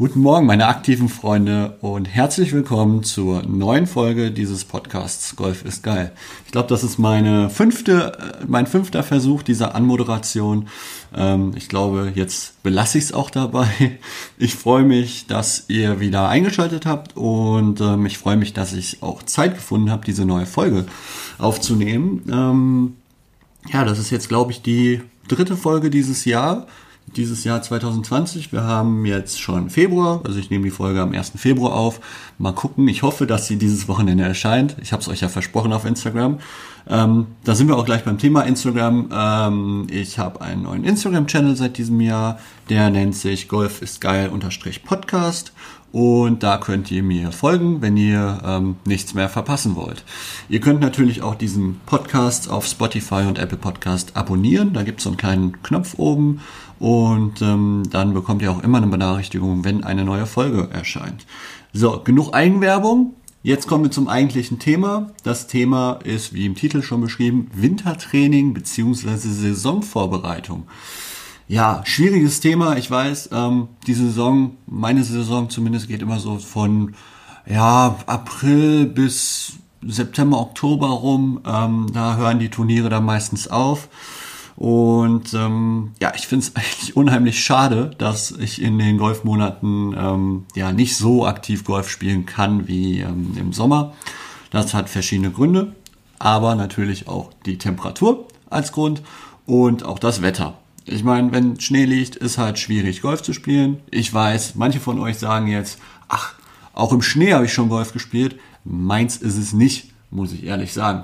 Guten Morgen, meine aktiven Freunde, und herzlich willkommen zur neuen Folge dieses Podcasts Golf ist geil. Ich glaube, das ist mein fünfter Versuch dieser Anmoderation. Ich glaube, jetzt belasse ich es auch dabei. Ich freue mich, dass ihr wieder eingeschaltet habt und ich freue mich, dass ich auch Zeit gefunden habe, diese neue Folge aufzunehmen. Das ist jetzt, glaube ich, die dritte Folge dieses Jahr 2020. Wir haben jetzt schon Februar, also ich nehme die Folge am 1. Februar auf. Mal gucken, ich hoffe, dass sie dieses Wochenende erscheint. Ich habe es euch ja versprochen auf Instagram. Da sind wir auch gleich beim Thema Instagram. Ich habe einen neuen Instagram-Channel seit diesem Jahr, der nennt sich Golf ist geil _Podcast. Und da könnt ihr mir folgen, wenn ihr nichts mehr verpassen wollt. Ihr könnt natürlich auch diesen Podcast auf Spotify und Apple Podcast abonnieren. Da gibt es so einen kleinen Knopf oben und dann bekommt ihr auch immer eine Benachrichtigung, wenn eine neue Folge erscheint. So, genug Eigenwerbung. Jetzt kommen wir zum eigentlichen Thema. Das Thema ist, wie im Titel schon beschrieben, Wintertraining bzw. Saisonvorbereitung. Ja, schwieriges Thema, ich weiß, meine Saison zumindest geht immer so von April bis September, Oktober rum, da hören die Turniere dann meistens auf und ich finde es eigentlich unheimlich schade, dass ich in den Golfmonaten nicht so aktiv Golf spielen kann wie im Sommer. Das hat verschiedene Gründe, aber natürlich auch die Temperatur als Grund und auch das Wetter. Ich meine, wenn Schnee liegt, ist halt schwierig, Golf zu spielen. Ich weiß, manche von euch sagen jetzt, auch im Schnee habe ich schon Golf gespielt. Meins ist es nicht, muss ich ehrlich sagen.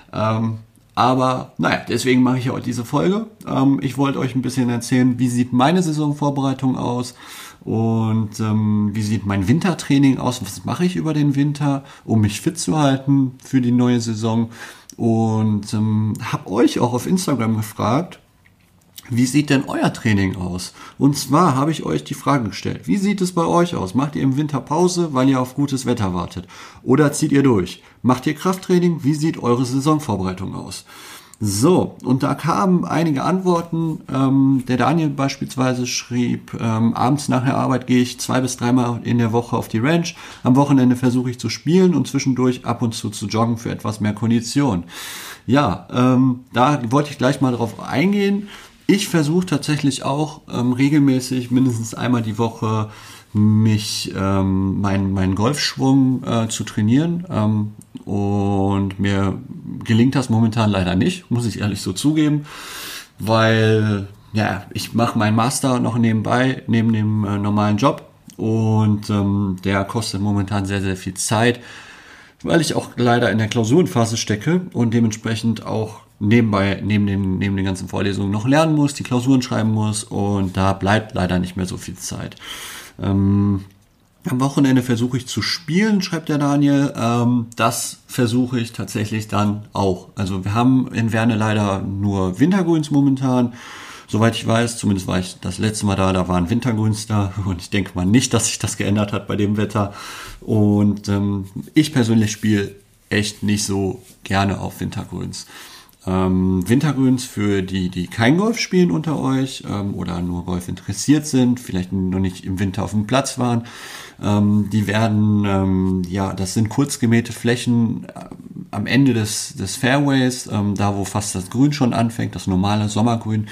Deswegen mache ich ja heute diese Folge. Ich wollte euch ein bisschen erzählen, wie sieht meine Saisonvorbereitung aus und wie sieht mein Wintertraining aus. Was mache ich über den Winter, um mich fit zu halten für die neue Saison. Und habe euch auch auf Instagram gefragt, wie sieht denn euer Training aus? Und zwar habe ich euch die Frage gestellt, wie sieht es bei euch aus? Macht ihr im Winter Pause, weil ihr auf gutes Wetter wartet? Oder zieht ihr durch? Macht ihr Krafttraining? Wie sieht eure Saisonvorbereitung aus? So, und da kamen einige Antworten. Der Daniel beispielsweise schrieb, abends nach der Arbeit gehe ich 2 bis 3 Mal in der Woche auf die Range. Am Wochenende versuche ich zu spielen und zwischendurch ab und zu joggen für etwas mehr Kondition. Ja, da wollte ich gleich mal drauf eingehen. Ich versuche tatsächlich auch regelmäßig, mindestens einmal die Woche, meinen Golfschwung zu trainieren. Und mir gelingt das momentan leider nicht, muss ich ehrlich so zugeben, weil ich mache meinen Master noch nebenbei, neben dem normalen Job, und der kostet momentan sehr, sehr viel Zeit, weil ich auch leider in der Klausurenphase stecke und dementsprechend auch neben den ganzen Vorlesungen noch lernen muss, die Klausuren schreiben muss, und da bleibt leider nicht mehr so viel Zeit. Am Wochenende versuche ich zu spielen, schreibt der Daniel. Das versuche ich tatsächlich dann auch. Also wir haben in Werne leider nur Wintergrüns momentan. Soweit ich weiß, zumindest war ich das letzte Mal da waren Wintergrüns da, und ich denke mal nicht, dass sich das geändert hat bei dem Wetter. Und ich persönlich spiele echt nicht so gerne auf Wintergrüns. Wintergrüns für die kein Golf spielen unter euch oder nur Golf interessiert sind, vielleicht noch nicht im Winter auf dem Platz waren. Die werden, das sind kurz gemähte Flächen am Ende des Fairways, da wo fast das Grün schon anfängt, das normale Sommergrün.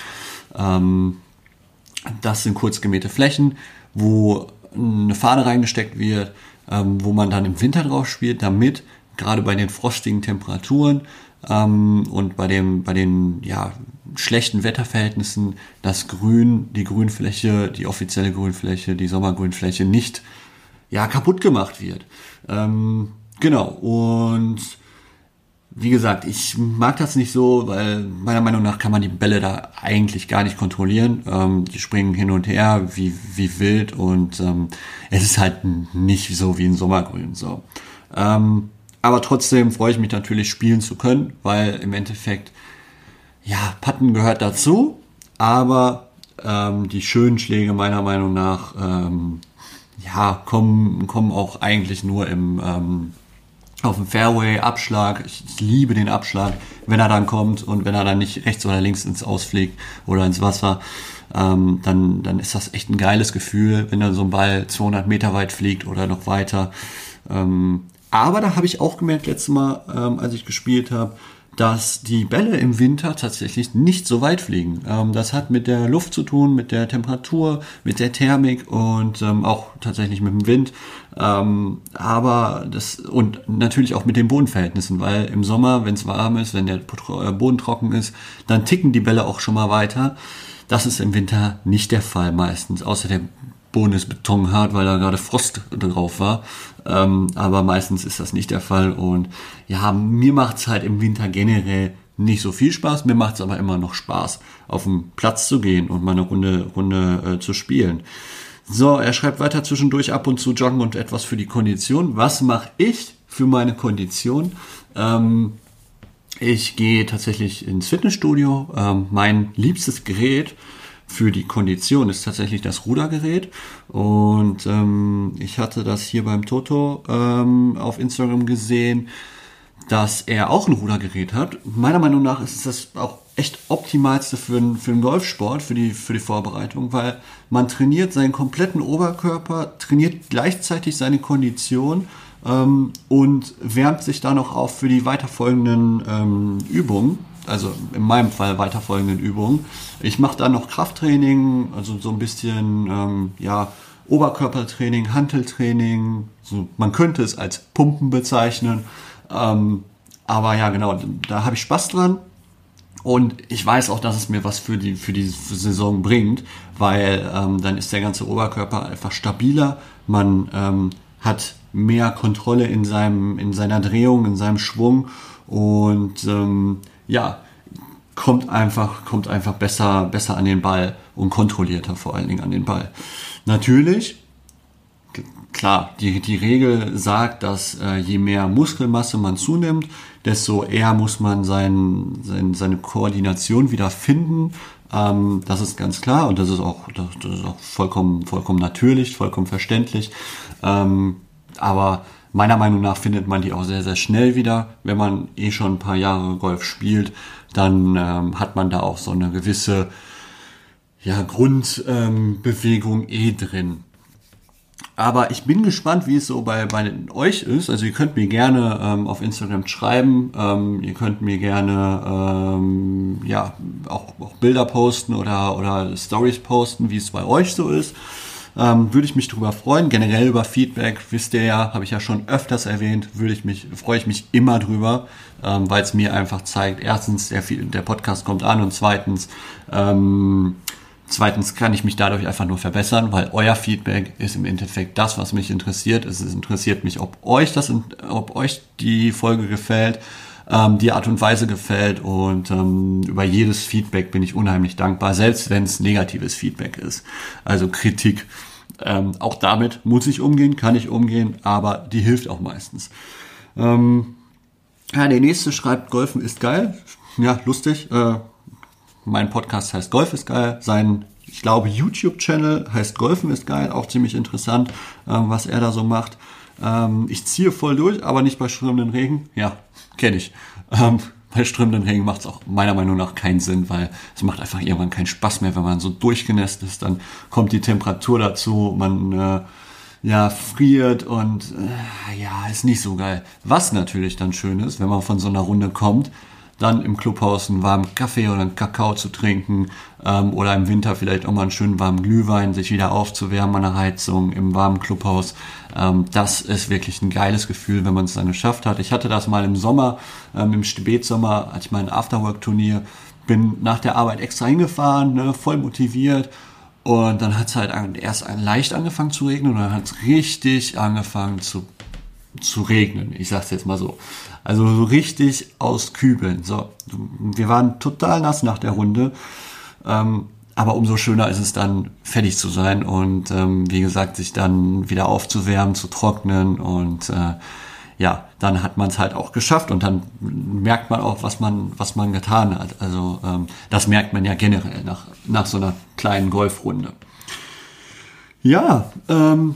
Das sind kurz gemähte Flächen, wo eine Fahne reingesteckt wird, wo man dann im Winter drauf spielt, damit gerade bei den frostigen Temperaturen und bei den schlechten Wetterverhältnissen das Grün, die Grünfläche, die offizielle Grünfläche, die Sommergrünfläche nicht kaputt gemacht wird. Genau, und wie gesagt, ich mag das nicht so, weil meiner Meinung nach kann man die Bälle da eigentlich gar nicht kontrollieren. Die springen hin und her wie wild, und es ist halt nicht so wie ein Sommergrün. So. Aber trotzdem freue ich mich natürlich, spielen zu können, weil im Endeffekt, Putten gehört dazu, aber die schönen Schläge meiner Meinung nach kommen auch eigentlich nur im auf dem Fairway, Abschlag. Ich liebe den Abschlag, wenn er dann kommt und wenn er dann nicht rechts oder links ins Ausfliegt oder ins Wasser. Dann ist das echt ein geiles Gefühl, wenn dann so ein Ball 200 Meter weit fliegt oder noch weiter. Aber da habe ich auch gemerkt, letztes Mal, als ich gespielt habe, dass die Bälle im Winter tatsächlich nicht so weit fliegen. Das hat mit der Luft zu tun, mit der Temperatur, mit der Thermik und auch tatsächlich mit dem Wind. Aber das und natürlich auch mit den Bodenverhältnissen, weil im Sommer, wenn es warm ist, wenn der Boden trocken ist, dann ticken die Bälle auch schon mal weiter. Das ist im Winter nicht der Fall meistens, außer der Boden ist betonhart, weil da gerade Frost drauf war. Aber meistens ist das nicht der Fall. Und ja, mir macht's halt im Winter generell nicht so viel Spaß. Mir macht's aber immer noch Spaß, auf den Platz zu gehen und mal eine Runde zu spielen. So, er schreibt weiter, zwischendurch ab und zu joggen und etwas für die Kondition. Was mache ich für meine Kondition? Ich gehe tatsächlich ins Fitnessstudio. Mein liebstes Gerät für die Kondition ist tatsächlich das Rudergerät. Und ich hatte das hier beim Toto auf Instagram gesehen, dass er auch ein Rudergerät hat. Meiner Meinung nach ist das auch echt optimalste für einen Golfsport, für die Vorbereitung, weil man trainiert seinen kompletten Oberkörper, trainiert gleichzeitig seine Kondition und wärmt sich dann noch auf für die weiterfolgenden Übungen. Also in meinem Fall weiterfolgenden Übungen. Ich mache dann noch Krafttraining, also so ein bisschen Oberkörpertraining, Hanteltraining. So, man könnte es als Pumpen bezeichnen. Aber ja, genau, da habe ich Spaß dran. Und ich weiß auch, dass es mir was für die Saison bringt, weil dann ist der ganze Oberkörper einfach stabiler. Man hat mehr Kontrolle in seiner Drehung, in seinem Schwung und kommt einfach besser an den Ball und kontrollierter vor allen Dingen an den Ball. Natürlich, klar, die Regel sagt, dass je mehr Muskelmasse man zunimmt, desto eher muss man seine Koordination wieder finden. Das ist ganz klar und das ist auch vollkommen natürlich, vollkommen verständlich. Aber meiner Meinung nach findet man die auch sehr, sehr schnell wieder. Wenn man schon ein paar Jahre Golf spielt, dann hat man da auch so eine gewisse Grundbewegung drin. Aber ich bin gespannt, wie es so bei euch ist. Also ihr könnt mir gerne auf Instagram schreiben. Ihr könnt mir gerne auch Bilder posten oder Stories posten, wie es bei euch so ist. Würde ich mich drüber freuen. Generell über Feedback, wisst ihr ja, habe ich ja schon öfters erwähnt, freue ich mich immer drüber, weil es mir einfach zeigt, erstens, der Podcast kommt an und zweitens kann ich mich dadurch einfach nur verbessern, weil euer Feedback ist im Endeffekt das, was mich interessiert. Es interessiert mich, ob euch die Folge gefällt, die Art und Weise gefällt und über jedes Feedback bin ich unheimlich dankbar, selbst wenn es negatives Feedback ist, also Kritik. Auch damit muss ich umgehen, kann ich umgehen, aber die hilft auch meistens. Der nächste schreibt, Golfen ist geil. Ja, lustig. Mein Podcast heißt Golf ist geil. Sein, ich glaube, YouTube-Channel heißt Golfen ist geil. Auch ziemlich interessant, was er da so macht. Ich ziehe voll durch, aber nicht bei strömenden Regen. Ja, kenne ich. Bei strömenden Regen macht es auch meiner Meinung nach keinen Sinn, weil es macht einfach irgendwann keinen Spaß mehr, wenn man so durchgenässt ist. Dann kommt die Temperatur dazu, man friert und ist nicht so geil. Was natürlich dann schön ist, wenn man von so einer Runde kommt, dann im Clubhaus einen warmen Kaffee oder einen Kakao zu trinken oder im Winter vielleicht auch mal einen schönen warmen Glühwein, sich wieder aufzuwärmen an der Heizung im warmen Clubhaus. Das ist wirklich ein geiles Gefühl, wenn man es dann geschafft hat. Ich hatte das mal im Sommer, im Spätsommer, als ich mal ein Afterwork-Turnier, bin nach der Arbeit extra hingefahren, voll motiviert. Und dann hat es halt erst leicht angefangen zu regnen und dann hat es richtig angefangen zu regnen. Ich sag's jetzt mal so. Also so richtig aus Kübeln. So, wir waren total nass nach der Runde. Aber umso schöner ist es dann, fertig zu sein und wie gesagt, sich dann wieder aufzuwärmen, zu trocknen und dann hat man es halt auch geschafft und dann merkt man auch, was man getan hat. Also das merkt man ja generell nach so einer kleinen Golfrunde. Ja,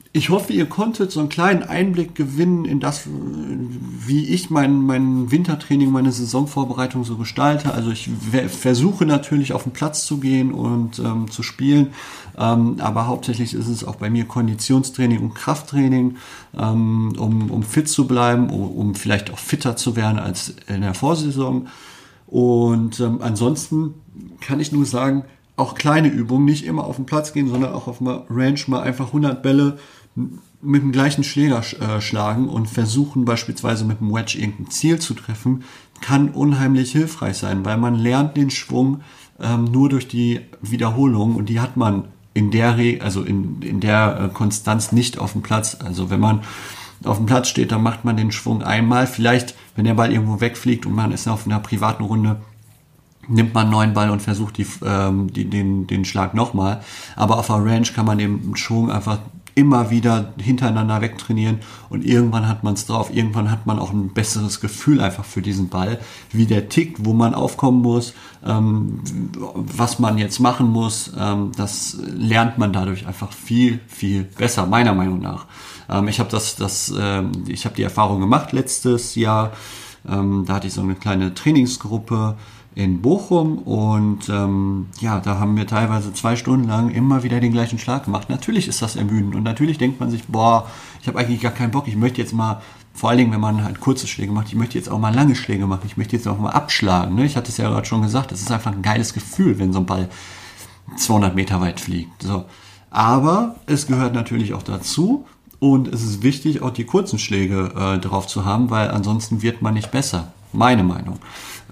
Ich hoffe, ihr konntet so einen kleinen Einblick gewinnen in das, wie ich mein Wintertraining, meine Saisonvorbereitung so gestalte. Also ich versuche natürlich auf den Platz zu gehen und zu spielen, aber hauptsächlich ist es auch bei mir Konditionstraining und Krafttraining, um fit zu bleiben, um vielleicht auch fitter zu werden als in der Vorsaison. Und ansonsten kann ich nur sagen, auch kleine Übungen, nicht immer auf den Platz gehen, sondern auch auf einer Range mal einfach 100 Bälle mit dem gleichen Schläger schlagen und versuchen beispielsweise mit dem Wedge irgendein Ziel zu treffen, kann unheimlich hilfreich sein, weil man lernt den Schwung nur durch die Wiederholung und die hat man in der Konstanz nicht auf dem Platz. Also wenn man auf dem Platz steht, dann macht man den Schwung einmal, vielleicht wenn der Ball irgendwo wegfliegt und man ist auf einer privaten Runde, nimmt man einen neuen Ball und versucht den Schlag nochmal. Aber auf der Range kann man den Schwung einfach immer wieder hintereinander wegtrainieren und irgendwann hat man es drauf. Irgendwann hat man auch ein besseres Gefühl einfach für diesen Ball, wie der tickt, wo man aufkommen muss, was man jetzt machen muss. Das lernt man dadurch einfach viel, viel besser, meiner Meinung nach. Ich habe die Erfahrung gemacht letztes Jahr. Da hatte ich so eine kleine Trainingsgruppe in Bochum und da haben wir teilweise 2 Stunden lang immer wieder den gleichen Schlag gemacht. Natürlich ist das ermüdend und natürlich denkt man sich, ich habe eigentlich gar keinen Bock, ich möchte jetzt mal, vor allen Dingen, wenn man halt kurze Schläge macht, ich möchte jetzt auch mal lange Schläge machen, ich möchte jetzt auch mal abschlagen. Ne? Ich hatte es ja gerade schon gesagt, das ist einfach ein geiles Gefühl, wenn so ein Ball 200 Meter weit fliegt. So. Aber es gehört natürlich auch dazu und es ist wichtig, auch die kurzen Schläge drauf zu haben, weil ansonsten wird man nicht besser. Meine Meinung.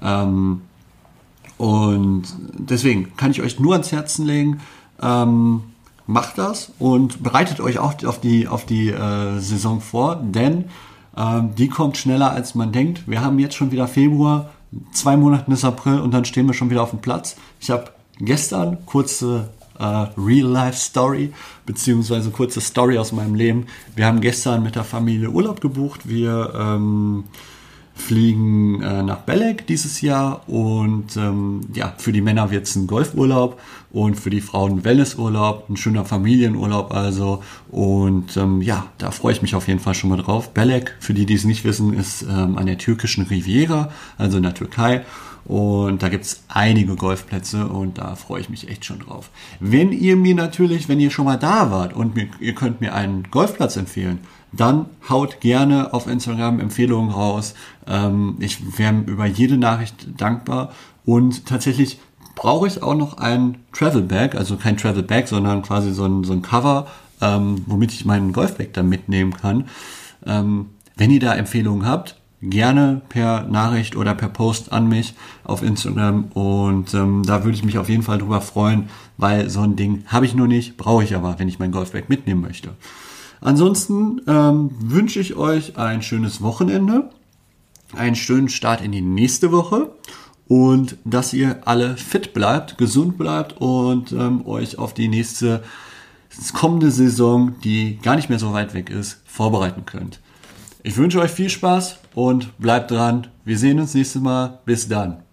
Und deswegen kann ich euch nur ans Herzen legen, macht das und bereitet euch auch auf die Saison vor, denn die kommt schneller als man denkt. Wir haben jetzt schon wieder Februar, 2 Monate ist April und dann stehen wir schon wieder auf dem Platz. Ich habe gestern kurze Real-Life-Story, beziehungsweise kurze Story aus meinem Leben. Wir haben gestern mit der Familie Urlaub gebucht. Wir fliegen nach Belek dieses Jahr und für die Männer wird es ein Golfurlaub und für die Frauen ein Wellnessurlaub, ein schöner Familienurlaub also und da freue ich mich auf jeden Fall schon mal drauf. Belek, für die es nicht wissen, ist an der türkischen Riviera, also in der Türkei und da gibt es einige Golfplätze und da freue ich mich echt schon drauf. Wenn ihr schon mal da wart und ihr könnt mir einen Golfplatz empfehlen, dann haut gerne auf Instagram Empfehlungen raus. Ich wäre über jede Nachricht dankbar. Und tatsächlich brauche ich auch noch ein Travel Bag, also kein Travel Bag, sondern quasi so ein Cover, womit ich meinen Golfbag dann mitnehmen kann. Wenn ihr da Empfehlungen habt, gerne per Nachricht oder per Post an mich auf Instagram. Und da würde ich mich auf jeden Fall drüber freuen, weil so ein Ding habe ich noch nicht, brauche ich aber, wenn ich mein Golfbag mitnehmen möchte. Ansonsten wünsche ich euch ein schönes Wochenende, einen schönen Start in die nächste Woche und dass ihr alle fit bleibt, gesund bleibt und euch auf die kommende Saison, die gar nicht mehr so weit weg ist, vorbereiten könnt. Ich wünsche euch viel Spaß und bleibt dran. Wir sehen uns nächstes Mal. Bis dann.